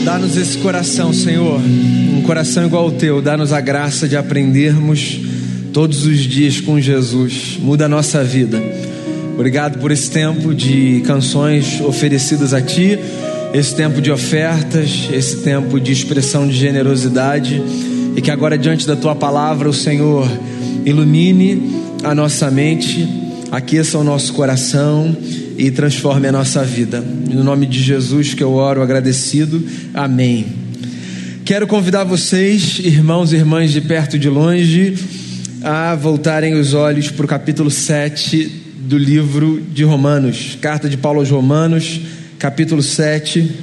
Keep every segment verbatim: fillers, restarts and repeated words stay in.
Dá-nos esse coração, Senhor, um coração igual ao Teu. Dá-nos a graça de aprendermos todos os dias com Jesus. Muda a nossa vida. Obrigado por esse tempo de canções oferecidas a Ti, esse tempo de ofertas, esse tempo de expressão de generosidade, e que agora, diante da Tua palavra, o Senhor ilumine a nossa mente, aqueça o nosso coração e transforme a nossa vida. No nome de Jesus que eu oro agradecido. Amém. Quero convidar vocês, irmãos e irmãs de perto e de longe, a voltarem os olhos para o capítulo sete do livro de Romanos. Carta de Paulo aos Romanos, capítulo sete.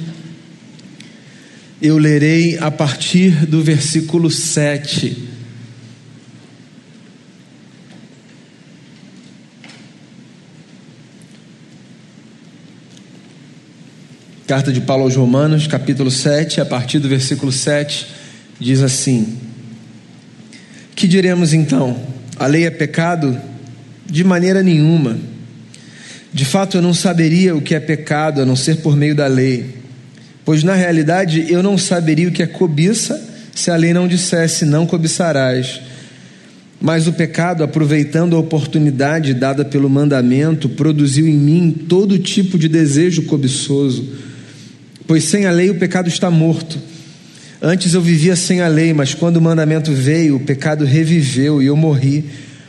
Eu lerei a partir do versículo sete. Carta de Paulo aos Romanos, capítulo sete, a partir do versículo sete, diz assim: Que diremos então? A lei é pecado? De maneira nenhuma. De fato, eu não saberia o que é pecado, a não ser por meio da lei. Pois, na realidade, eu não saberia o que é cobiça, se a lei não dissesse, não cobiçarás. Mas o pecado, aproveitando a oportunidade dada pelo mandamento, produziu em mim todo tipo de desejo cobiçoso. Pois sem a lei o pecado está morto. Antes eu vivia sem a lei, mas quando o mandamento veio, o pecado reviveu e eu morri.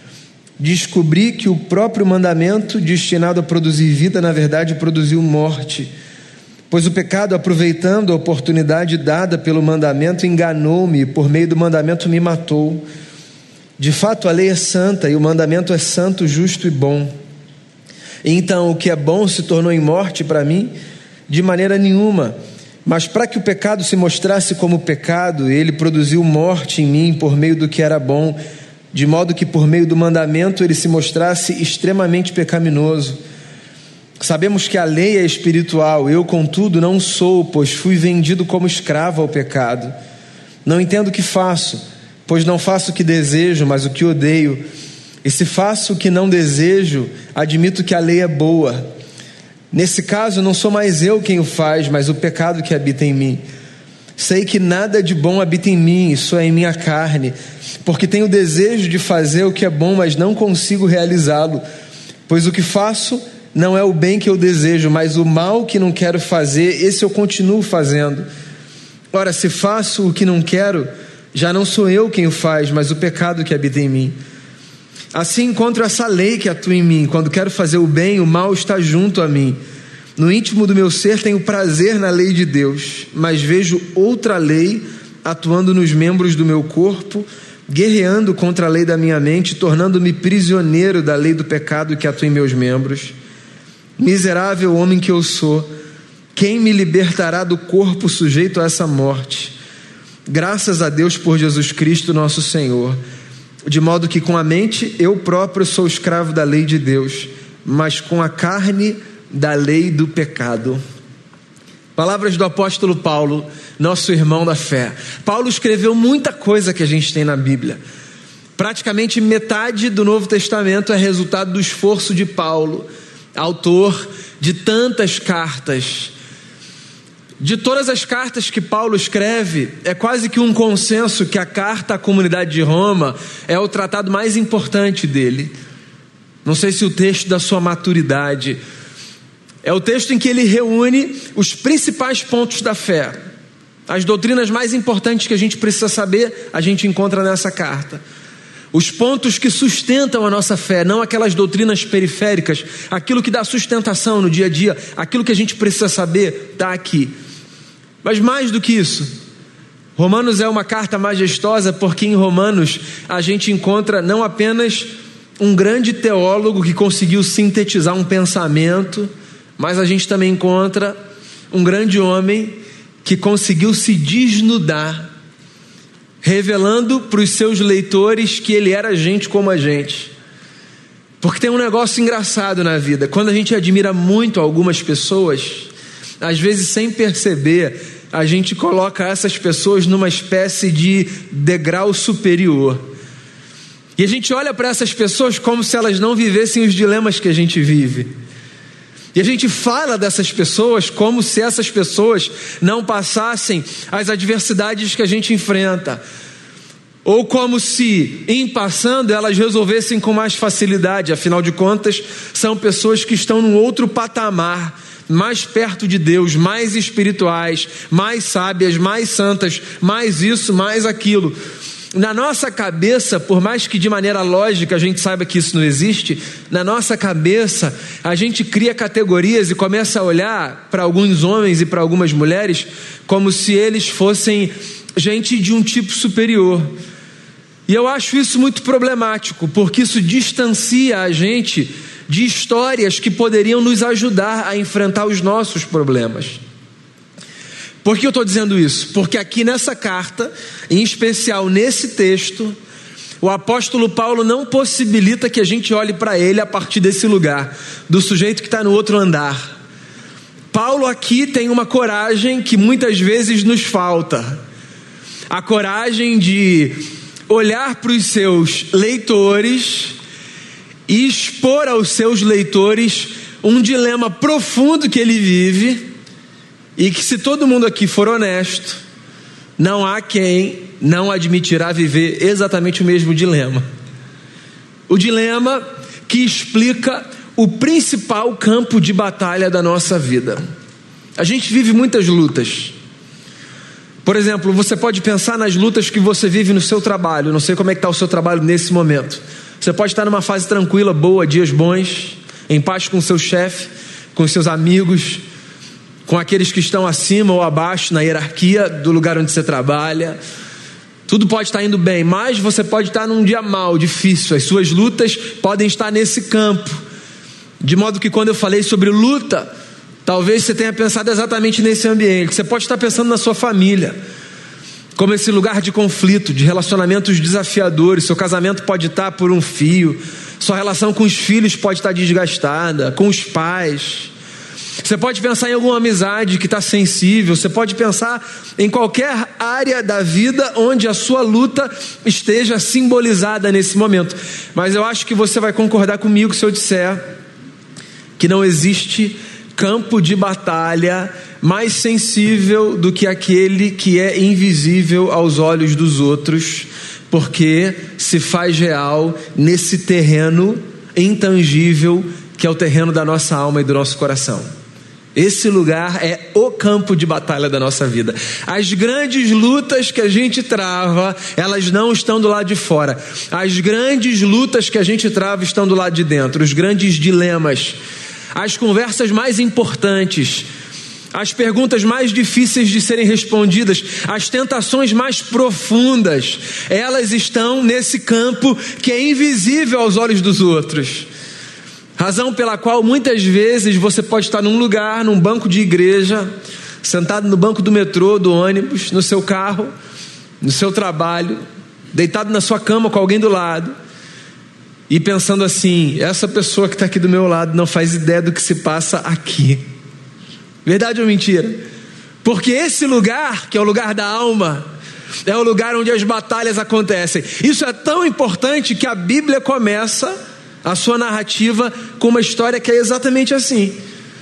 Descobri que o próprio mandamento, destinado a produzir vida, na verdade produziu morte. Pois o pecado, aproveitando a oportunidade dada pelo mandamento, enganou-me e por meio do mandamento me matou. De fato, a lei é santa e o mandamento é santo, justo e bom. Então, o que é bom se tornou em morte para mim? De maneira nenhuma. Mas para que o pecado se mostrasse como pecado, ele produziu morte em mim por meio do que era bom, de modo que por meio do mandamento ele se mostrasse extremamente pecaminoso. Sabemos que a lei é espiritual, eu contudo não sou, pois fui vendido como escravo ao pecado. Não entendo o que faço, pois não faço o que desejo, mas o que odeio. E se faço o que não desejo, admito que a lei é boa. Nesse caso, não sou mais eu quem o faz, mas o pecado que habita em mim. Sei que nada de bom habita em mim, isso é em minha carne, porque tenho o desejo de fazer o que é bom, mas não consigo realizá-lo. Pois o que faço não é o bem que eu desejo, mas o mal que não quero fazer, esse eu continuo fazendo. Ora, se faço o que não quero, já não sou eu quem o faz, mas o pecado que habita em mim. Assim encontro essa lei que atua em mim. Quando quero fazer o bem, o mal está junto a mim. No íntimo do meu ser tenho prazer na lei de Deus, mas vejo outra lei atuando nos membros do meu corpo, guerreando contra a lei da minha mente, tornando-me prisioneiro da lei do pecado que atua em meus membros. Miserável homem que eu sou, quem me libertará do corpo sujeito a essa morte? Graças a Deus por Jesus Cristo nosso Senhor. De modo que com a mente eu próprio sou escravo da lei de Deus, mas com a carne da lei do pecado. Palavras do apóstolo Paulo, nosso irmão da fé. Paulo escreveu muita coisa que a gente tem na Bíblia. Praticamente metade do Novo Testamento é resultado do esforço de Paulo, autor de tantas cartas. De todas as cartas que Paulo escreve, é quase que um consenso que a carta à comunidade de Roma é o tratado mais importante dele. Não sei se o texto da sua maturidade. É o texto em que ele reúne os principais pontos da fé. As doutrinas mais importantes que a gente precisa saber, a gente encontra nessa carta. Os pontos que sustentam a nossa fé, não aquelas doutrinas periféricas, aquilo que dá sustentação no dia a dia, aquilo que a gente precisa saber, está aqui. Mas mais do que isso, Romanos é uma carta majestosa, porque em Romanos a gente encontra não apenas um grande teólogo que conseguiu sintetizar um pensamento, mas a gente também encontra um grande homem que conseguiu se desnudar, revelando para os seus leitores que ele era gente como a gente. Porque tem um negócio engraçado na vida, quando a gente admira muito algumas pessoas, às vezes sem perceber, a gente coloca essas pessoas numa espécie de degrau superior. E a gente olha para essas pessoas como se elas não vivessem os dilemas que a gente vive. E a gente fala dessas pessoas como se essas pessoas não passassem as adversidades que a gente enfrenta, ou como se, em passando, elas resolvessem com mais facilidade. Afinal de contas, são pessoas que estão num outro patamar, mais perto de Deus, mais espirituais, mais sábias, mais santas, mais isso, mais aquilo. Na nossa cabeça, por mais que de maneira lógica a gente saiba que isso não existe, na nossa cabeça a gente cria categorias e começa a olhar para alguns homens e para algumas mulheres como se eles fossem gente de um tipo superior. E eu acho isso muito problemático, porque isso distancia a gente de histórias que poderiam nos ajudar a enfrentar os nossos problemas. Por que eu estou dizendo isso? Porque aqui nessa carta, em especial nesse texto, o apóstolo Paulo não possibilita que a gente olhe para ele a partir desse lugar, do sujeito que está no outro andar. Paulo aqui tem uma coragem que muitas vezes nos falta. A coragem de olhar para os seus leitores e expor aos seus leitores um dilema profundo que ele vive, e que, se todo mundo aqui for honesto, não há quem não admitirá viver exatamente o mesmo dilema. O dilema que explica o principal campo de batalha da nossa vida. A gente vive muitas lutas. Por exemplo, você pode pensar nas lutas que você vive no seu trabalho. Não sei como é que está o seu trabalho nesse momento. Você pode estar numa fase tranquila, boa, dias bons, em paz com o seu chefe, com os seus amigos, com aqueles que estão acima ou abaixo na hierarquia do lugar onde você trabalha. Tudo pode estar indo bem, mas você pode estar num dia mau, difícil. As suas lutas podem estar nesse campo. De modo que quando eu falei sobre luta, talvez você tenha pensado exatamente nesse ambiente. Você pode estar pensando na sua família, como esse lugar de conflito, de relacionamentos desafiadores. Seu casamento pode estar por um fio, sua relação com os filhos pode estar desgastada, com os pais. Você pode pensar em alguma amizade que está sensível. Você pode pensar em qualquer área da vida onde a sua luta esteja simbolizada nesse momento. Mas eu acho que você vai concordar comigo se eu disser que não existe campo de batalha mais sensível do que aquele que é invisível aos olhos dos outros, porque se faz real nesse terreno intangível que é o terreno da nossa alma e do nosso coração. Esse lugar é o campo de batalha da nossa vida. As grandes lutas que a gente trava, elas não estão do lado de fora. As grandes lutas que a gente trava estão do lado de dentro. Os grandes dilemas, as conversas mais importantes, as perguntas mais difíceis de serem respondidas, as tentações mais profundas, elas estão nesse campo que é invisível aos olhos dos outros. Razão pela qual muitas vezes você pode estar num lugar, num banco de igreja, sentado no banco do metrô, do ônibus, no seu carro, no seu trabalho, deitado na sua cama com alguém do lado, e pensando assim: essa pessoa que está aqui do meu lado não faz ideia do que se passa aqui. Verdade ou mentira? Porque esse lugar, que é o lugar da alma, é o lugar onde as batalhas acontecem. Isso é tão importante que a Bíblia começa a sua narrativa com uma história que é exatamente assim.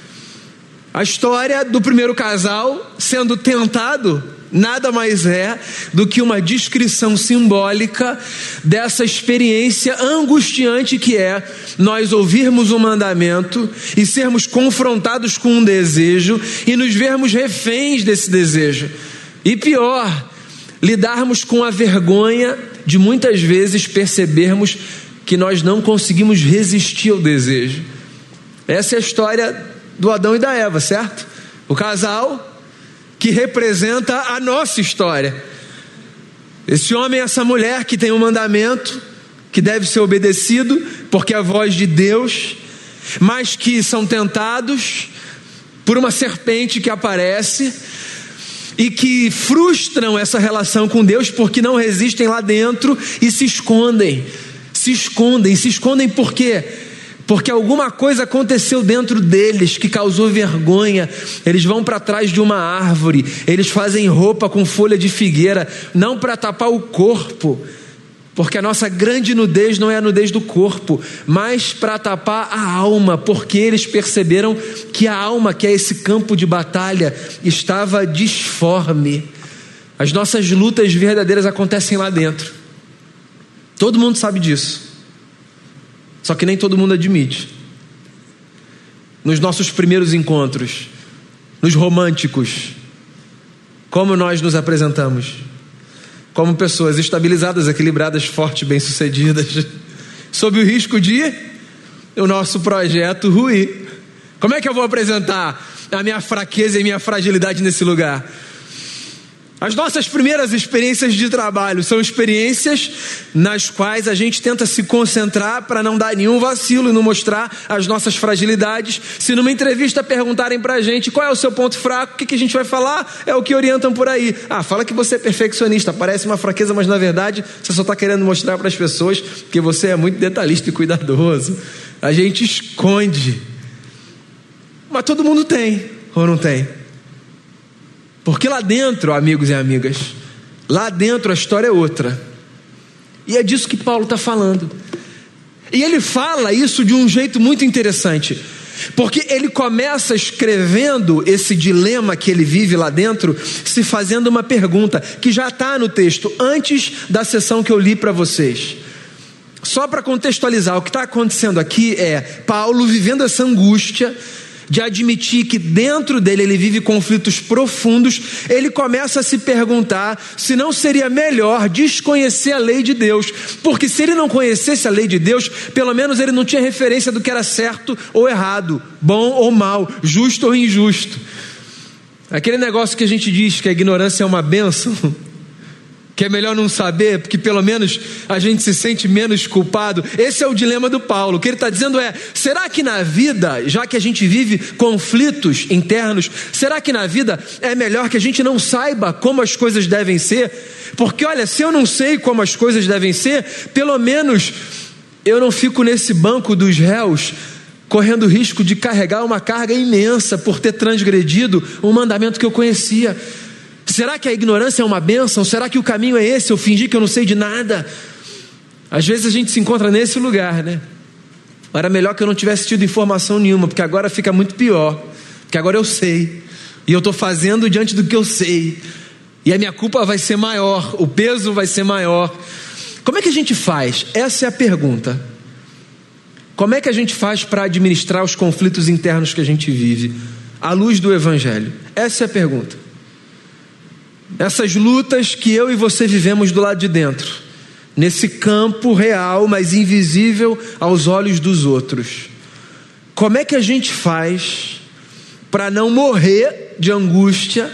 A história do primeiro casal sendo tentado nada mais é do que uma descrição simbólica dessa experiência angustiante que é nós ouvirmos um mandamento e sermos confrontados com um desejo e nos vermos reféns desse desejo. E pior, lidarmos com a vergonha de muitas vezes percebermos que nós não conseguimos resistir ao desejo. Essa é a história do Adão e da Eva, certo? O casal que representa a nossa história. Esse homem e essa mulher que tem um mandamento que deve ser obedecido, porque é a voz de Deus, mas que são tentados por uma serpente que aparece e que frustram essa relação com Deus porque não resistem lá dentro e se escondem. Se escondem, se escondem por quê? Porque alguma coisa aconteceu dentro deles que causou vergonha. Eles vão para trás de uma árvore, eles fazem roupa com folha de figueira, não para tapar o corpo, Porque a nossa grande nudez não é a nudez do corpo, mas para tapar a alma, porque eles perceberam que a alma, que é esse campo de batalha, estava disforme. As nossas lutas verdadeiras acontecem lá dentro. Todo mundo sabe disso. Só que nem todo mundo admite. Nos nossos primeiros encontros, nos românticos, como nós nos apresentamos? Como pessoas estabilizadas, equilibradas, fortes, bem-sucedidas, sob o risco de o nosso projeto ruir. Como é que eu vou apresentar a minha fraqueza e minha fragilidade nesse lugar? As nossas primeiras experiências de trabalho são experiências nas quais a gente tenta se concentrar para não dar nenhum vacilo e não mostrar as nossas fragilidades. Se numa entrevista perguntarem para a gente qual é o seu ponto fraco, o que, que a gente vai falar? É o que orientam por aí. Ah, fala que você é perfeccionista, parece uma fraqueza, mas na verdade você só está querendo mostrar para as pessoas que você é muito detalhista e cuidadoso. A gente esconde. Mas todo mundo tem, ou não tem? Porque lá dentro, amigos e amigas, lá dentro a história é outra. E é disso que Paulo está falando. E ele fala isso de um jeito muito interessante. Porque ele começa escrevendo esse dilema que ele vive lá dentro, se fazendo uma pergunta, que já está no texto, antes da sessão que eu li para vocês. Só para contextualizar, o que está acontecendo aqui é Paulo vivendo essa angústia de admitir que dentro dele ele vive conflitos profundos. Ele começa a se perguntar se não seria melhor desconhecer a lei de Deus, porque se ele não conhecesse a lei de Deus, pelo menos ele não tinha referência do que era certo ou errado, bom ou mal, justo ou injusto. Aquele negócio que a gente diz que a ignorância é uma bênção, que é melhor não saber, porque pelo menos a gente se sente menos culpado. Esse é o dilema do Paulo. O que ele está dizendo é, será que na vida, já que a gente vive conflitos internos, será que na vida é melhor que a gente não saiba como as coisas devem ser? Porque olha, se eu não sei como as coisas devem ser, pelo menos eu não fico nesse banco dos réus, correndo o risco de carregar uma carga imensa por ter transgredido um mandamento que eu conhecia. Será que a ignorância é uma bênção? Será que o caminho é esse? Eu fingir que eu não sei de nada? Às vezes a gente se encontra nesse lugar, né? Era melhor que eu não tivesse tido informação nenhuma, porque agora fica muito pior. Porque agora eu sei. E eu estou fazendo diante do que eu sei. E a minha culpa vai ser maior. O peso vai ser maior. Como é que a gente faz? Essa é a pergunta. Como é que a gente faz para administrar os conflitos internos que a gente vive? À luz do Evangelho. Essa é a pergunta. Essas lutas que eu e você vivemos do lado de dentro, nesse campo real, mas invisível aos olhos dos outros. Como é que a gente faz para não morrer de angústia,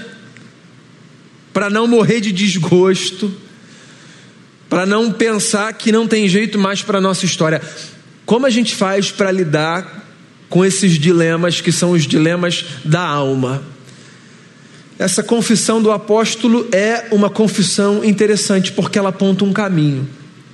para não morrer de desgosto, para não pensar que não tem jeito mais para a nossa história? Como a gente faz para lidar com esses dilemas que são os dilemas da alma? Essa confissão do apóstolo é uma confissão interessante, porque ela aponta um caminho.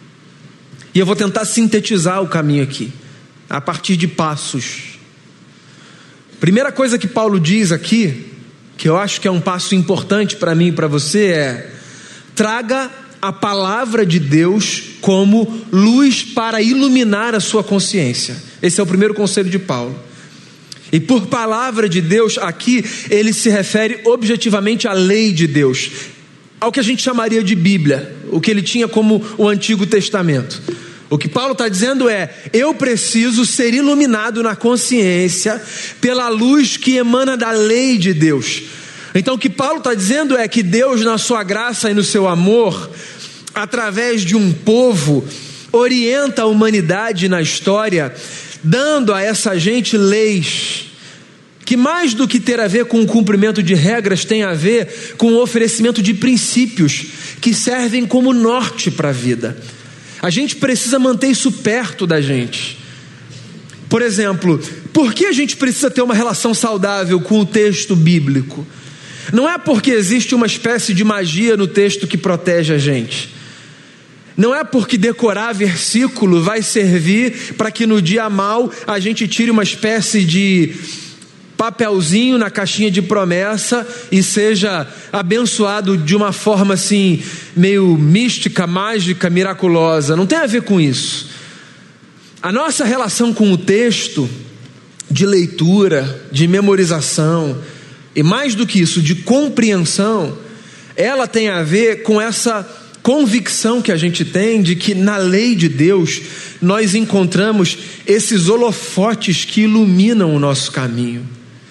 E eu vou tentar sintetizar o caminho aqui, a partir de passos. Primeira coisa que Paulo diz aqui, que eu acho que é um passo importante para mim e para você, é: traga a palavra de Deus como luz para iluminar a sua consciência. Esse é o primeiro conselho de Paulo. E por palavra de Deus, aqui ele se refere objetivamente à lei de Deus, ao que a gente chamaria de Bíblia, o que ele tinha como o Antigo Testamento. O que Paulo está dizendo é: eu preciso ser iluminado na consciência pela luz que emana da lei de Deus. Então o que Paulo está dizendo é que Deus, na sua graça e no seu amor, através de um povo, orienta a humanidade na história, dando a essa gente leis que, mais do que ter a ver com o cumprimento de regras, tem a ver com o oferecimento de princípios que servem como norte para a vida. A gente precisa manter isso perto da gente. Por exemplo, por que a gente precisa ter uma relação saudável com o texto bíblico? Não é porque existe uma espécie de magia no texto que protege a gente. Não é porque decorar versículo vai servir para que no dia mau a gente tire uma espécie de papelzinho na caixinha de promessa e seja abençoado de uma forma assim meio mística, mágica, miraculosa. Não tem a ver com isso. A nossa relação com o texto, de leitura, de memorização, e mais do que isso, de compreensão, ela tem a ver com essa convicção que a gente tem de que na lei de Deus nós encontramos esses holofotes que iluminam o nosso caminho.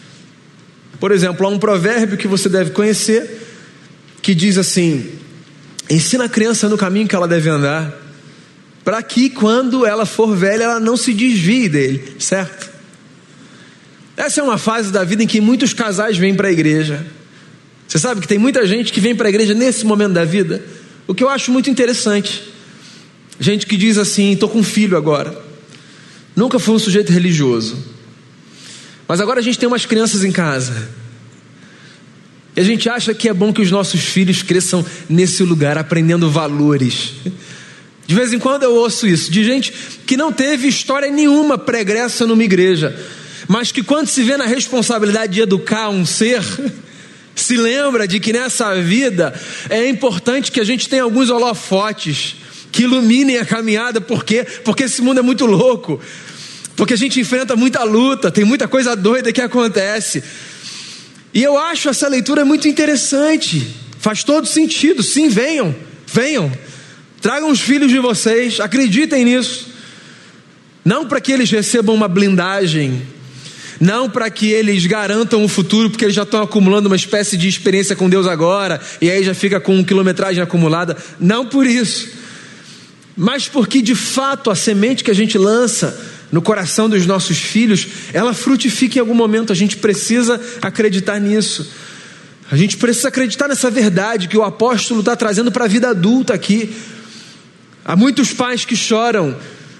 Por exemplo, há um provérbio que você deve conhecer, que diz assim: ensina a criança no caminho que ela deve andar, para que quando ela for velha ela não se desvie dele, certo? Essa é uma fase da vida em que muitos casais vêm para a igreja. Você sabe que tem muita gente que vem para a igreja nesse momento da vida, o que eu acho muito interessante. Gente que diz assim: estou com um filho agora, nunca fui um sujeito religioso, mas agora a gente tem umas crianças em casa, e a gente acha que é bom que os nossos filhos cresçam nesse lugar, aprendendo valores. De vez em quando eu ouço isso, de gente que não teve história nenhuma pregressa numa igreja, mas que quando se vê na responsabilidade de educar um ser, se lembra de que nessa vida é importante que a gente tenha alguns holofotes que iluminem a caminhada. Por quê? Porque esse mundo é muito louco, porque a gente enfrenta muita luta, tem muita coisa doida que acontece. E eu acho essa leitura muito interessante, faz todo sentido. Sim, venham, venham, tragam os filhos de vocês, acreditem nisso, não para que eles recebam uma blindagem, não para que eles garantam o futuro, porque eles já estão acumulando uma espécie de experiência com Deus agora, e aí já fica com quilometragem acumulada, não por isso, mas porque de fato a semente que a gente lança no coração dos nossos filhos, ela frutifica em algum momento. A gente precisa acreditar nisso, a gente precisa acreditar nessa verdade que o apóstolo está trazendo para a vida adulta aqui. Há muitos pais que choram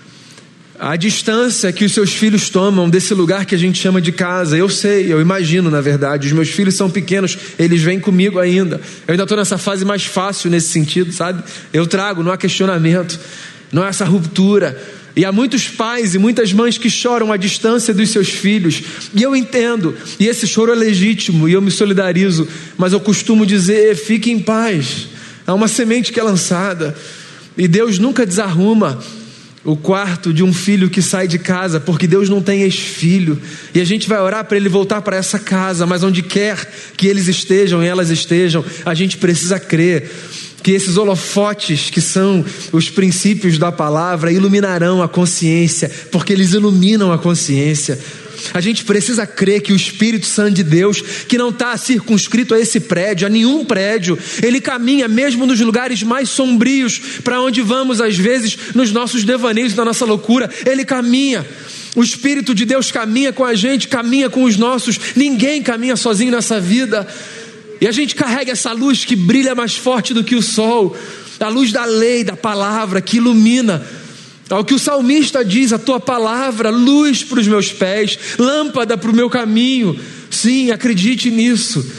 a distância que os seus filhos tomam desse lugar que a gente chama de casa. Eu sei, eu imagino, na verdade, os meus filhos são pequenos, eles vêm comigo ainda, eu ainda estou nessa fase mais fácil nesse sentido, sabe? Eu trago, não há questionamento, não há essa ruptura. E há muitos pais e muitas mães que choram a distância dos seus filhos, e eu entendo, e esse choro é legítimo, e eu me solidarizo, mas eu costumo dizer: fique em paz. Há uma semente que é lançada, e Deus nunca desarruma o quarto de um filho que sai de casa, porque Deus não tem ex-filho, e a gente vai orar para ele voltar para essa casa, mas onde quer que eles estejam e elas estejam, a gente precisa crer que esses holofotes, que são os princípios da palavra, iluminarão a consciência, porque eles iluminam a consciência. A gente precisa crer que o Espírito Santo de Deus, que não está circunscrito a esse prédio, a nenhum prédio, ele caminha mesmo nos lugares mais sombrios, para onde vamos às vezes nos nossos devaneios, na nossa loucura, ele caminha. O Espírito de Deus caminha com a gente, caminha com os nossos. Ninguém caminha sozinho nessa vida. E a gente carrega essa luz que brilha mais forte do que o sol, a luz da lei, da palavra, que ilumina. Ao que o salmista diz: a tua palavra, luz para os meus pés, lâmpada para o meu caminho. Sim, acredite nisso,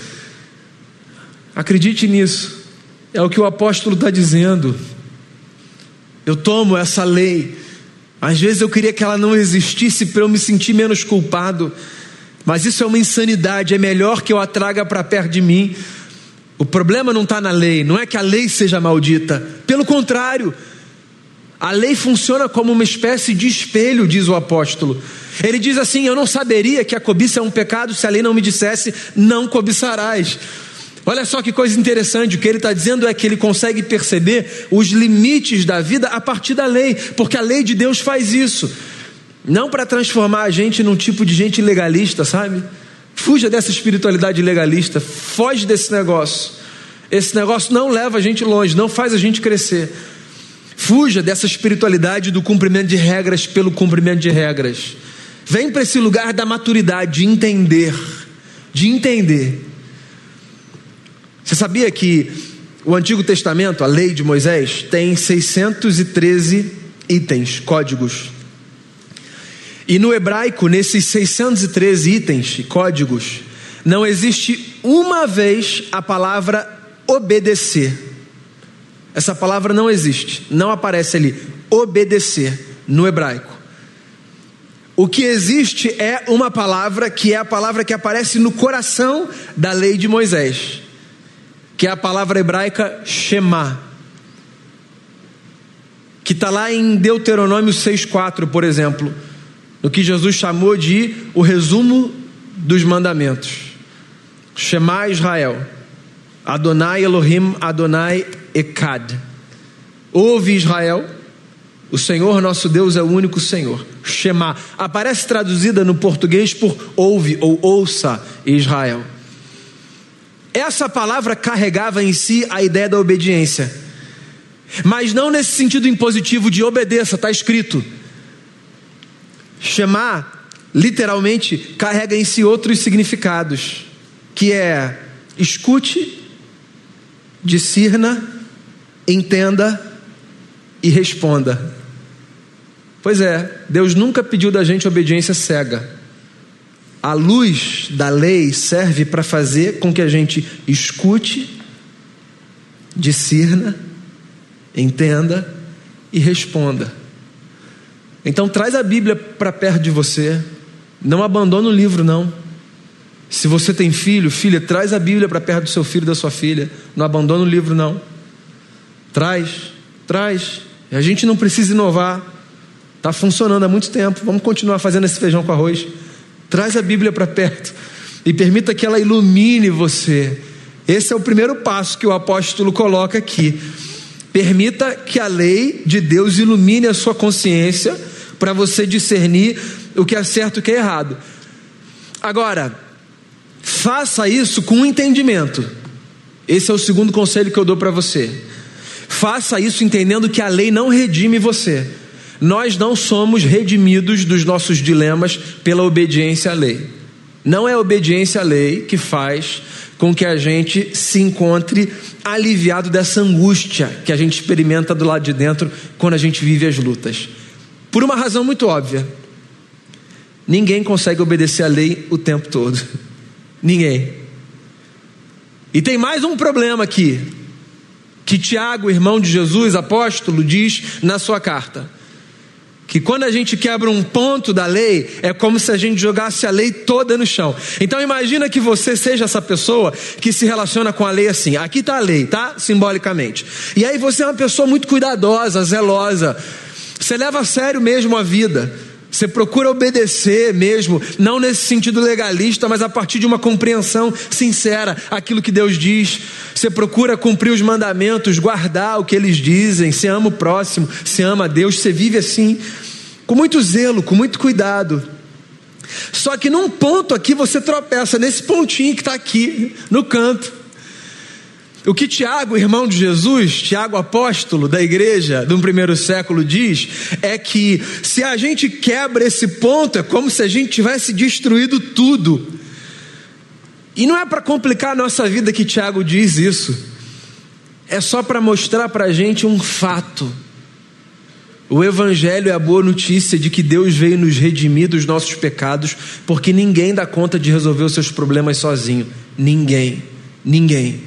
acredite nisso, é o que o apóstolo está dizendo. Eu tomo essa lei, às vezes eu queria que ela não existisse para eu me sentir menos culpado, mas isso é uma insanidade. É melhor que eu a traga para perto de mim. O problema não está na lei, não é que a lei seja maldita, pelo contrário, a lei funciona como uma espécie de espelho, diz o apóstolo. Ele diz assim: eu não saberia que a cobiça é um pecado se a lei não me dissesse: não cobiçarás. Olha só que coisa interessante, o que ele está dizendo é que ele consegue perceber os limites da vida a partir da lei, porque a lei de Deus faz isso, não para transformar a gente num tipo de gente legalista, sabe? Fuja dessa espiritualidade legalista, foge desse negócio. Esse negócio não leva a gente longe, não faz a gente crescer. Fuja dessa espiritualidade do cumprimento de regras pelo cumprimento de regras. Vem para esse lugar da maturidade, de entender, de entender. Você sabia que o Antigo Testamento, a lei de Moisés, tem seiscentos e treze itens, códigos. E no hebraico, nesses seiscentos e treze itens, códigos, não existe uma vez a palavra obedecer. Essa palavra não existe, não aparece ali, obedecer, no hebraico. O que existe é uma palavra que é a palavra que aparece no coração da lei de Moisés, que é a palavra hebraica Shema. que está lá em Deuteronômio seis, quatro, por exemplo, no que Jesus chamou de o resumo dos mandamentos. Shema Israel, Adonai Elohim, Adonai Echad. Ouve Israel, o Senhor nosso Deus é o único Senhor. Shema aparece traduzida no português por ouve ou ouça Israel. Essa palavra carregava em si a ideia da obediência, mas não nesse sentido impositivo de obedeça, está escrito. Shema literalmente carrega em si outros significados, que é escute, discirna, entenda e responda. Pois é, Deus nunca pediu da gente obediência cega. A luz da lei serve para fazer com que a gente escute, discirna, entenda e responda. Então traz a Bíblia para perto de você. Não abandona o livro, não. Se você tem filho, filha, traz a Bíblia para perto do seu filho, da sua filha. Não abandona o livro, não. Traz, traz. A gente não precisa inovar. Está funcionando há muito tempo. Vamos continuar fazendo esse feijão com arroz. Traz a Bíblia para perto e permita que ela ilumine você. Esse é o primeiro passo que o apóstolo coloca aqui. Permita que a lei de Deus ilumine a sua consciência para você discernir o que é certo e o que é errado. Agora, faça isso com entendimento. Esse é o segundo conselho que eu dou para você. Faça isso entendendo que a lei não redime você. Nós não somos redimidos dos nossos dilemas pela obediência à lei. Não é a obediência à lei que faz com que a gente se encontre aliviado dessa angústia que a gente experimenta do lado de dentro quando a gente vive as lutas. Por uma razão muito óbvia. Ninguém consegue obedecer à lei o tempo todo. Ninguém. E tem mais um problema aqui, que Tiago, irmão de Jesus, apóstolo, diz na sua carta. Que quando a gente quebra um ponto da lei, é como se a gente jogasse a lei toda no chão. Então imagina que você seja essa pessoa que se relaciona com a lei assim. Aqui está a lei, tá? Simbolicamente. E aí você é uma pessoa muito cuidadosa, zelosa. Você leva a sério mesmo a vida. Você procura obedecer mesmo, não nesse sentido legalista, mas a partir de uma compreensão sincera aquilo que Deus diz. Você procura cumprir os mandamentos, guardar o que eles dizem. Você ama o próximo, você ama a Deus. Você vive assim, com muito zelo, com muito cuidado. Só que num ponto aqui você tropeça, nesse pontinho que está aqui no canto. O que Tiago, irmão de Jesus, Tiago apóstolo da igreja do primeiro século diz, é que se a gente quebra esse ponto, é como se a gente tivesse destruído tudo. E não é para complicar a nossa vida que Tiago diz isso, é só para mostrar para a gente um fato. O evangelho é a boa notícia de que Deus veio nos redimir dos nossos pecados, porque ninguém dá conta de resolver os seus problemas sozinho. Ninguém, ninguém.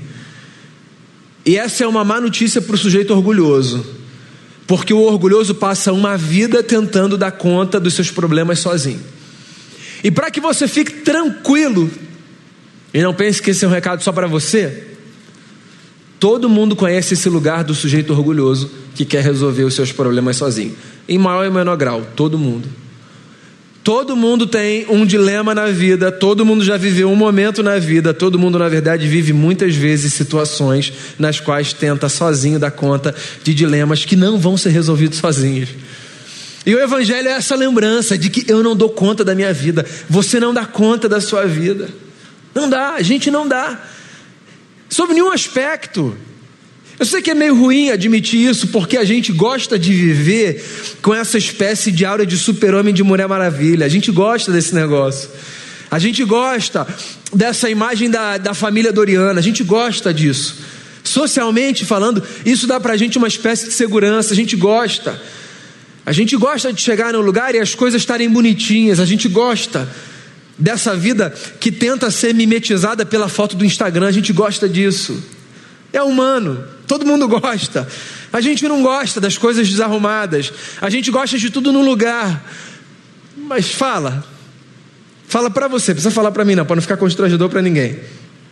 E essa é uma má notícia para o sujeito orgulhoso, porque o orgulhoso passa uma vida tentando dar conta dos seus problemas sozinho. E para que você fique tranquilo, e não pense que esse é um recado só para você, todo mundo conhece esse lugar do sujeito orgulhoso que quer resolver os seus problemas sozinho, em maior e menor grau, todo mundo. Todo mundo tem um dilema na vida, todo mundo já viveu um momento na vida, todo mundo na verdade vive muitas vezes situações nas quais tenta sozinho dar conta de dilemas que não vão ser resolvidos sozinhos. E o evangelho é essa lembrança de que eu não dou conta da minha vida, você não dá conta da sua vida. Não dá, a gente não dá. Sobre nenhum aspecto. Eu sei que é meio ruim admitir isso, porque a gente gosta de viver com essa espécie de aura de super-homem, de Mulher Maravilha. A gente gosta desse negócio. A gente gosta dessa imagem da, da família Doriana. A gente gosta disso. Socialmente falando, isso dá pra gente uma espécie de segurança. A gente gosta. A gente gosta de chegar num lugar e as coisas estarem bonitinhas. A gente gosta dessa vida que tenta ser mimetizada pela foto do Instagram. A gente gosta disso. É humano, todo mundo gosta. A gente não gosta das coisas desarrumadas. A gente gosta de tudo no lugar. Mas fala. Fala pra você, precisa falar pra mim não, pra não ficar constrangedor pra ninguém.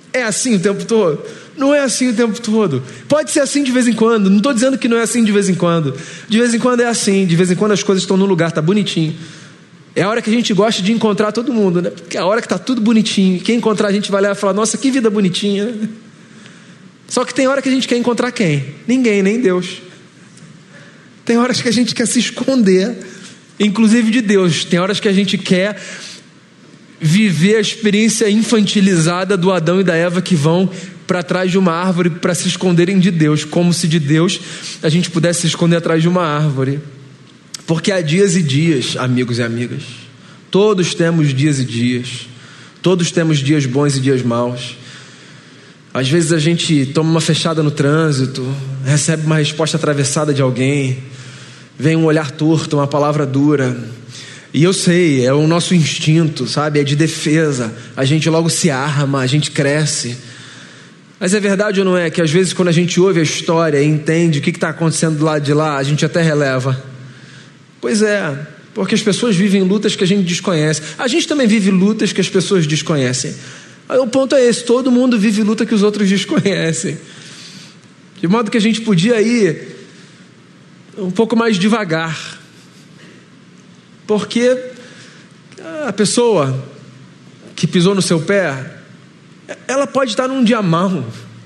É assim o tempo todo? Não é assim o tempo todo. Pode ser assim de vez em quando. Não estou dizendo que não é assim de vez em quando. De vez em quando é assim. De vez em quando as coisas estão no lugar, está bonitinho. É a hora que a gente gosta de encontrar todo mundo, né? Porque é a hora que está tudo bonitinho. Quem encontrar a gente vai lá e falar, nossa, que vida bonitinha, né? Só que tem hora que a gente quer encontrar quem? Ninguém, nem Deus. Tem horas que a gente quer se esconder, inclusive de Deus. Tem horas que a gente quer viver a experiência infantilizada do Adão e da Eva que vão para trás de uma árvore para se esconderem de Deus, como se de Deus a gente pudesse se esconder atrás de uma árvore. Porque há dias e dias, amigos e amigas. Todos temos dias e dias. Todos temos dias bons e dias maus. Às vezes a gente toma uma fechada no trânsito, recebe uma resposta atravessada de alguém, vem um olhar torto, uma palavra dura. E eu sei, é o nosso instinto, sabe? É de defesa. A gente logo se arma, a gente cresce. Mas é verdade ou não é que às vezes quando a gente ouve a história e entende o que está acontecendo do lado de lá, a gente até releva? Pois é, porque as pessoas vivem lutas que a gente desconhece. A gente também vive lutas que as pessoas desconhecem. Aí o ponto é esse, todo mundo vive luta que os outros desconhecem. De modo que a gente podia ir um pouco mais devagar. Porque a pessoa que pisou no seu pé, ela pode estar num dia mau.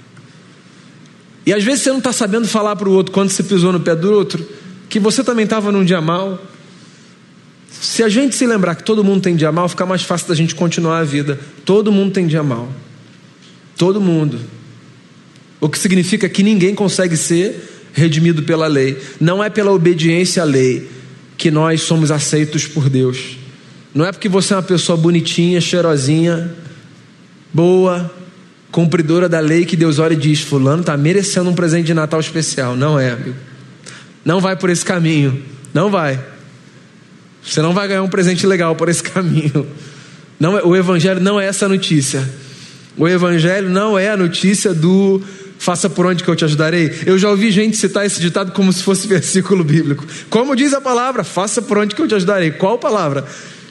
E às vezes você não está sabendo falar para o outro, quando você pisou no pé do outro, que você também estava num dia mau. Se a gente se lembrar que todo mundo tem dia mau, fica mais fácil da gente continuar a vida. Todo mundo tem dia mau. Todo mundo. O que significa que ninguém consegue ser redimido pela lei. Não é pela obediência à lei que nós somos aceitos por Deus. Não é porque você é uma pessoa bonitinha, cheirosinha, boa, cumpridora da lei, que Deus olha e diz, fulano está merecendo um presente de Natal especial. Não é, amigo. Não vai por esse caminho. Não vai. Você não vai ganhar um presente legal por esse caminho. Não é, o evangelho não é essa notícia. O evangelho não é a notícia do faça por onde que eu te ajudarei. Eu já ouvi gente citar esse ditado como se fosse versículo bíblico. Como diz a palavra? Faça por onde que eu te ajudarei. Qual palavra?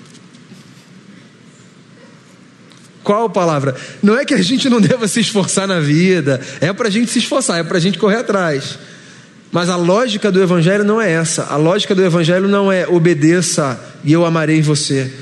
Qual palavra? Não é que a gente não deva se esforçar na vida. É para a gente se esforçar, é para a gente correr atrás. Mas a lógica do evangelho não é essa. A lógica do evangelho não é obedeça e eu amarei você.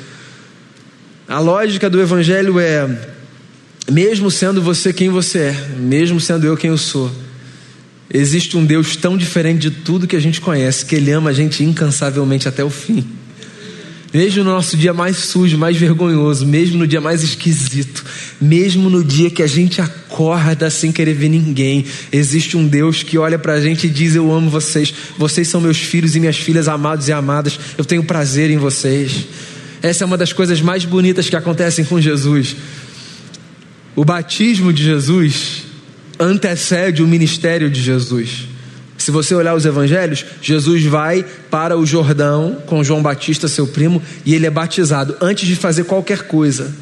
A lógica do evangelho é, mesmo sendo você quem você é, mesmo sendo eu quem eu sou, existe um Deus tão diferente de tudo que a gente conhece, que Ele ama a gente incansavelmente até o fim. Mesmo no nosso dia mais sujo, mais vergonhoso, mesmo no dia mais esquisito, mesmo no dia que a gente acorda sem querer ver ninguém, existe um Deus que olha pra gente e diz, eu amo vocês, vocês são meus filhos e minhas filhas amados e amadas, eu tenho prazer em vocês. Essa é uma das coisas mais bonitas que acontecem com Jesus. O batismo de Jesus antecede o ministério de Jesus. Se você olhar os evangelhos, Jesus vai para o Jordão com João Batista, seu primo, e ele é batizado antes de fazer qualquer coisa.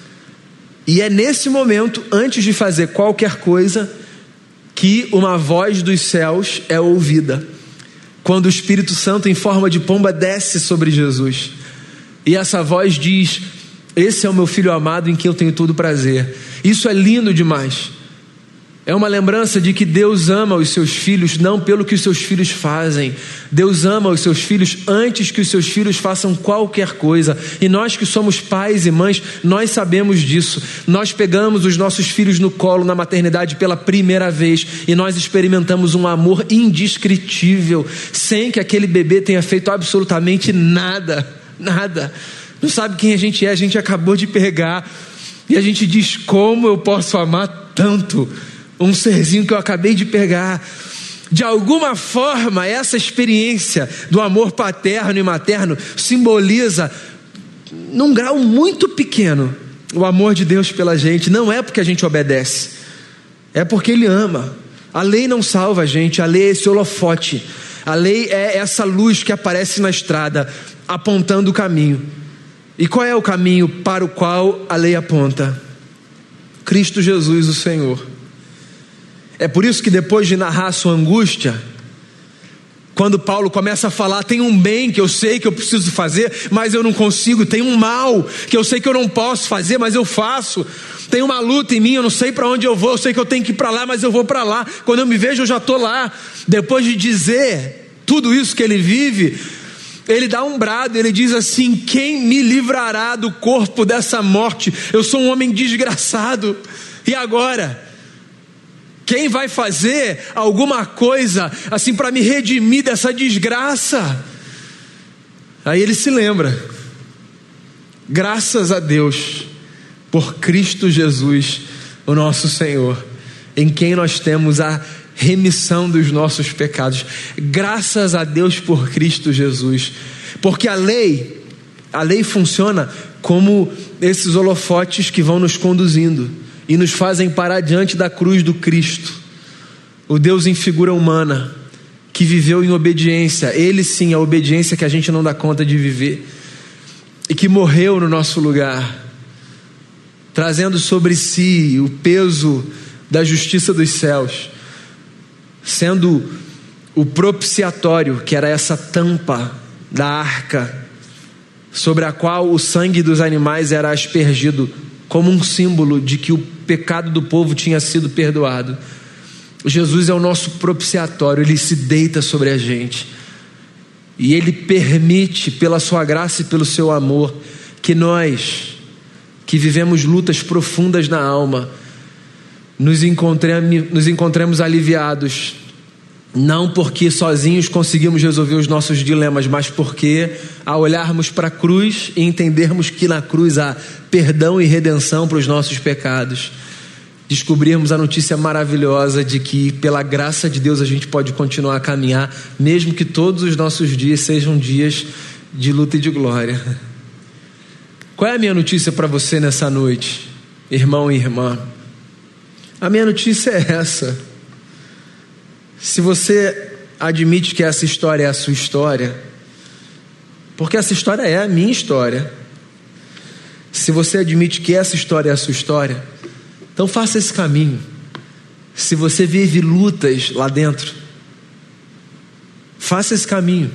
E é nesse momento, antes de fazer qualquer coisa, que uma voz dos céus é ouvida. Quando o Espírito Santo em forma de pomba desce sobre Jesus. E essa voz diz, esse é o meu filho amado em quem eu tenho todo prazer. Isso é lindo demais. É uma lembrança de que Deus ama os seus filhos não pelo que os seus filhos fazem. Deus ama os seus filhos antes que os seus filhos façam qualquer coisa. E nós que somos pais e mães, nós sabemos disso. Nós pegamos os nossos filhos no colo na maternidade pela primeira vez e nós experimentamos um amor indescritível, sem que aquele bebê tenha feito absolutamente nada, nada. Não sabe quem a gente é, a gente acabou de pegar e a gente diz, como eu posso amar tanto um serzinho que eu acabei de pegar. De alguma forma, essa experiência do amor paterno e materno simboliza, num grau muito pequeno, o amor de Deus pela gente. Não é porque a gente obedece, é porque Ele ama. A lei não salva a gente, a lei é esse holofote, a lei é essa luz que aparece na estrada, apontando o caminho. E qual é o caminho para o qual a lei aponta? Cristo Jesus, o Senhor. É por isso que depois de narrar a sua angústia, Quando Paulo começa a falar, tem um bem que eu sei que eu preciso fazer, mas eu não consigo. Tem um mal que eu sei que eu não posso fazer, mas eu faço. Tem uma luta em mim, eu não sei para onde eu vou. Eu sei que eu tenho que ir para lá, mas eu vou para lá. Quando eu me vejo, eu já estou lá. Depois de dizer tudo isso que ele vive, ele dá um brado, ele diz assim: quem me livrará do corpo dessa morte? Eu sou um homem desgraçado. E agora? Quem vai fazer alguma coisa assim para me redimir dessa desgraça? Aí ele se lembra: graças a Deus por Cristo Jesus, o nosso Senhor, em quem nós temos a remissão dos nossos pecados. Graças a Deus por Cristo Jesus, porque a lei, a lei funciona como esses holofotes que vão nos conduzindo e nos fazem parar diante da cruz do Cristo, o Deus em figura humana, que viveu em obediência, ele sim, a obediência que a gente não dá conta de viver, e que morreu no nosso lugar, trazendo sobre si o peso da justiça dos céus, sendo o propiciatório, que era essa tampa da arca, sobre a qual o sangue dos animais era aspergido, como um símbolo de que o pecado do povo tinha sido perdoado. Jesus é o nosso propiciatório, ele se deita sobre a gente, e ele permite, pela sua graça e pelo seu amor, que nós, que vivemos lutas profundas na alma, nos encontremos, nos encontremos aliviados, não porque sozinhos conseguimos resolver os nossos dilemas, mas porque, ao olharmos para a cruz e entendermos que na cruz há perdão e redenção para os nossos pecados, descobrirmos a notícia maravilhosa de que, pela graça de Deus, a gente pode continuar a caminhar, mesmo que todos os nossos dias sejam dias de luta e de glória. Qual é a minha notícia para você nessa noite, irmão e irmã? A minha notícia é essa: se você admite que essa história é a sua história, porque essa história é a minha história, se você admite que essa história é a sua história, então faça esse caminho. Se você vive lutas lá dentro, faça esse caminho.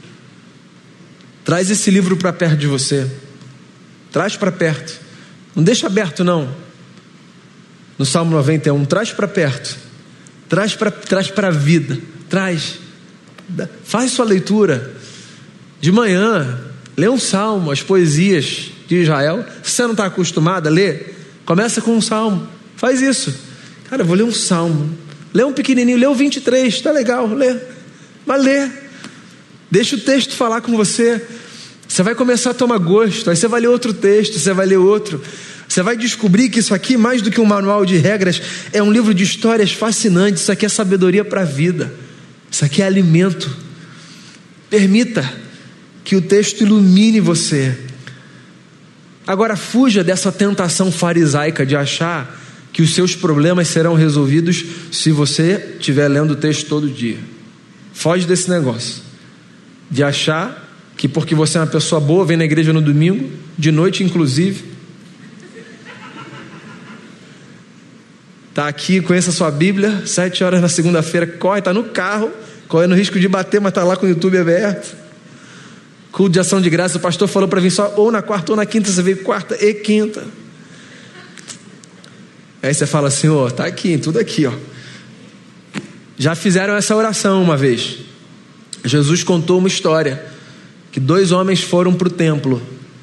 Traz esse livro para perto de você. Traz para perto. Não deixa aberto não. No Salmo noventa e um, traz para perto. Traz para traz para a vida. Traz. Faz sua leitura. De manhã, lê um salmo, as poesias de Israel. Se você não está acostumado a ler, começa com um salmo. Faz isso. Cara, eu vou ler um salmo. Lê um pequenininho, lê o vinte e três. Tá legal, lê. Mas lê. Deixa o texto falar com você. Você vai começar a tomar gosto. Aí você vai ler outro texto, você vai ler outro. Você vai descobrir que isso aqui, mais do que um manual de regras, é um livro de histórias fascinantes. Isso aqui é sabedoria para a vida. Isso aqui é alimento. Permita que o texto ilumine você. Agora fuja dessa tentação farisaica de achar que os seus problemas serão resolvidos se você estiver lendo o texto todo dia. Foge desse negócio de achar que porque você é uma pessoa boa, vem na igreja no domingo, de noite inclusive, está aqui, conheça a sua Bíblia, sete horas na segunda-feira, corre, está no carro, correndo risco de bater, mas está lá com o YouTube aberto. Culto de ação de graça, o pastor falou para vir só ou na quarta ou na quinta, você veio quarta e quinta. Aí você fala assim, ó, tá aqui, tudo aqui, ó. Já fizeram essa oração uma vez. Jesus contou uma história, que dois homens foram para o templo.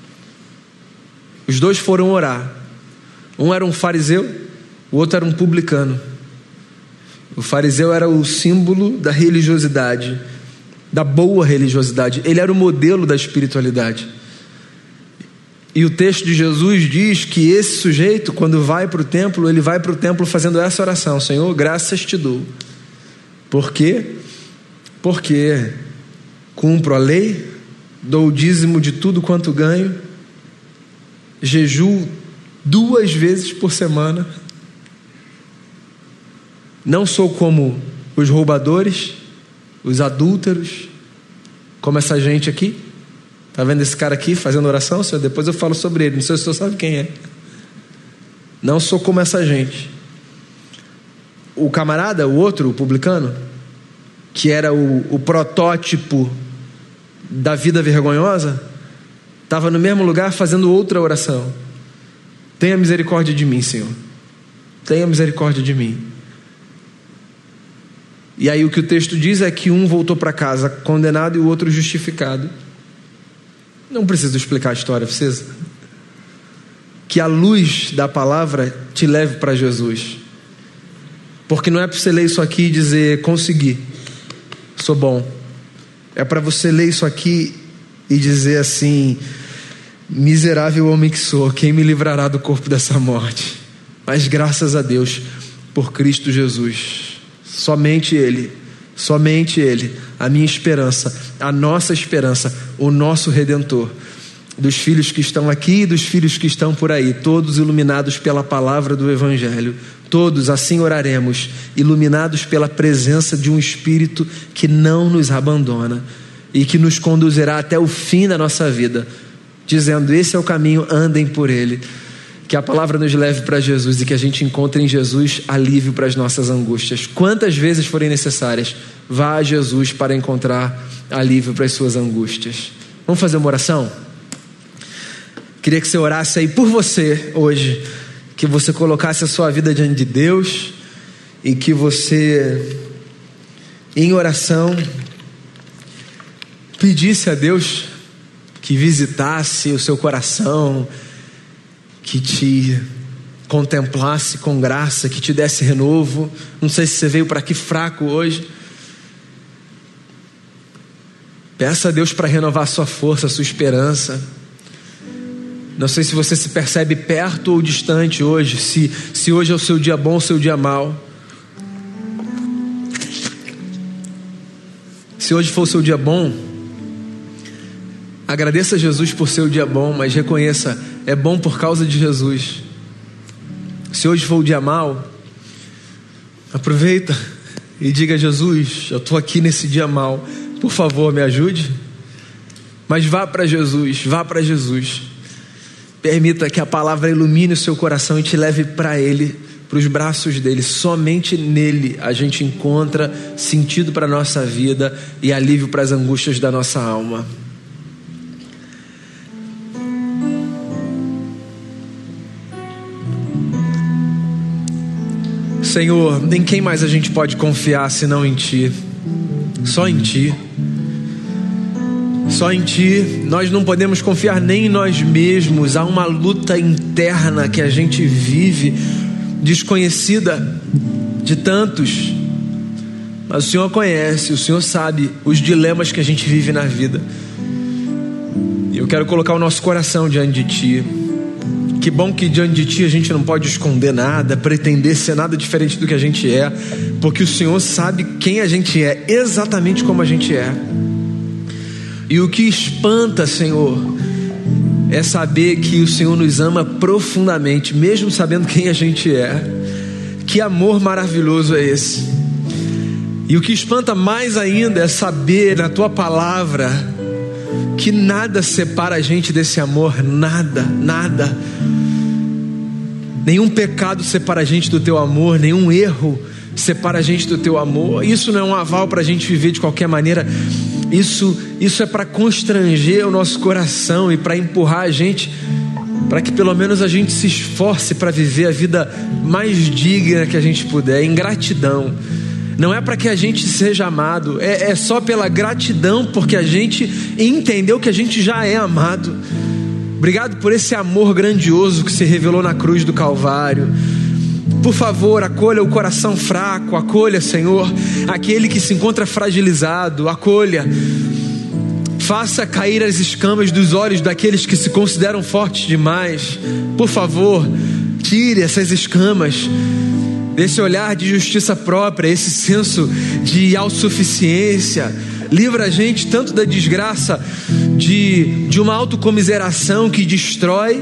Os dois foram orar. Um era um fariseu, o outro era um publicano. O fariseu era o símbolo da religiosidade, da boa religiosidade. Ele era o modelo da espiritualidade. E o texto de Jesus diz que esse sujeito, quando vai para o templo, ele vai para o templo fazendo essa oração: Senhor, graças te dou. Por quê? Porque cumpro a lei, dou o dízimo de tudo quanto ganho, jejuo duas vezes por semana, não sou como os roubadores, os adúlteros, como essa gente aqui. Está vendo esse cara aqui fazendo oração? Senhor, depois eu falo sobre ele, não sei se o senhor sabe quem é. Não sou como essa gente. O camarada, o outro, o publicano, que era o, o protótipo da vida vergonhosa, estava no mesmo lugar fazendo outra oração: tenha misericórdia de mim, Senhor, tenha misericórdia de mim. E aí o que o texto diz é que um voltou para casa condenado e o outro justificado. Não preciso explicar a história, precisa? Que a luz da palavra te leve para Jesus, porque não é para você ler isso aqui e dizer: consegui, sou bom. É para você ler isso aqui e dizer assim: miserável homem que sou, quem me livrará do corpo dessa morte? Mas graças a Deus por Cristo Jesus, somente Ele, somente Ele, a minha esperança, a nossa esperança, o nosso Redentor, dos filhos que estão aqui e dos filhos que estão por aí, todos iluminados pela palavra do Evangelho. Todos assim oraremos, iluminados pela presença de um Espírito que não nos abandona e que nos conduzirá até o fim da nossa vida, dizendo: esse é o caminho, andem por ele. Que a palavra nos leve para Jesus e que a gente encontre em Jesus alívio para as nossas angústias. Quantas vezes forem necessárias, vá a Jesus para encontrar alívio para as suas angústias. Vamos fazer uma oração? Queria que você orasse aí por você hoje, que você colocasse a sua vida diante de Deus e que você, em oração, pedisse a Deus que visitasse o seu coração, que te contemplasse com graça, que te desse renovo. Não sei se você veio para aqui fraco hoje. Peça a Deus para renovar a sua força, a sua esperança. Não sei se você se percebe perto ou distante hoje, se, se hoje é o seu dia bom ou o seu dia mau. Se hoje for o seu dia bom, agradeça a Jesus por ser o dia bom, mas reconheça: é bom por causa de Jesus. Se hoje for o dia mau, aproveita e diga: Jesus, eu estou aqui nesse dia mau, por favor me ajude. Mas vá para Jesus, vá para Jesus. Permita que a palavra ilumine o seu coração e te leve para Ele, para os braços dele. Somente nele a gente encontra sentido para a nossa vida e alívio para as angústias da nossa alma. Senhor, em quem mais a gente pode confiar senão em Ti? Só em Ti. Só em Ti. Nós não podemos confiar nem em nós mesmos. Há uma luta interna que a gente vive, desconhecida de tantos, mas o Senhor conhece, o Senhor sabe os dilemas que a gente vive na vida. E eu quero colocar o nosso coração diante de Ti. Que bom que diante de Ti a gente não pode esconder nada, pretender ser nada diferente do que a gente é, porque o Senhor sabe quem a gente é, exatamente como a gente é. E o que espanta, Senhor, é saber que o Senhor nos ama profundamente, mesmo sabendo quem a gente é. Que amor maravilhoso é esse. E o que espanta mais ainda é saber na Tua palavra que nada separa a gente desse amor, nada, nada. Nenhum pecado separa a gente do Teu amor, nenhum erro separa a gente do Teu amor. Isso não é um aval para a gente viver de qualquer maneira. Isso, isso é para constranger o nosso coração e para empurrar a gente, para que pelo menos a gente se esforce para viver a vida mais digna que a gente puder, em gratidão. Não é para que a gente seja amado, é, é só pela gratidão, porque a gente entendeu que a gente já é amado. Obrigado por esse amor grandioso que se revelou na cruz do Calvário. Por favor, acolha o coração fraco, acolha, Senhor, aquele que se encontra fragilizado, acolha. Faça cair as escamas dos olhos daqueles que se consideram fortes demais. Por favor, tire essas escamas, esse olhar de justiça própria, esse senso de autossuficiência. Livra a gente tanto da desgraça de, de uma autocomiseração que destrói,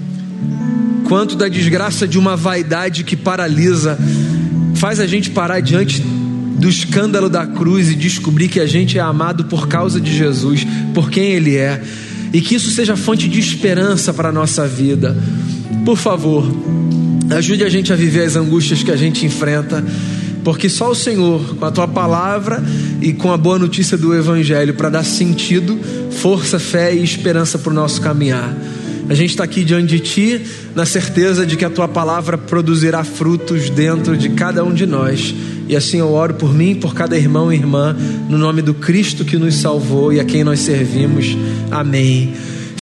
quanto da desgraça de uma vaidade que paralisa. Faz a gente parar diante do escândalo da cruz e descobrir que a gente é amado por causa de Jesus, por quem Ele é, e que isso seja fonte de esperança para a nossa vida. Por favor, ajude a gente a viver as angústias que a gente enfrenta, porque só o Senhor, com a tua palavra e com a boa notícia do Evangelho, para dar sentido, força, fé e esperança para o nosso caminhar. A gente está aqui diante de ti, na certeza de que a tua palavra produzirá frutos dentro de cada um de nós. E assim eu oro por mim, por cada irmão e irmã, no nome do Cristo que nos salvou e a quem nós servimos. Amém.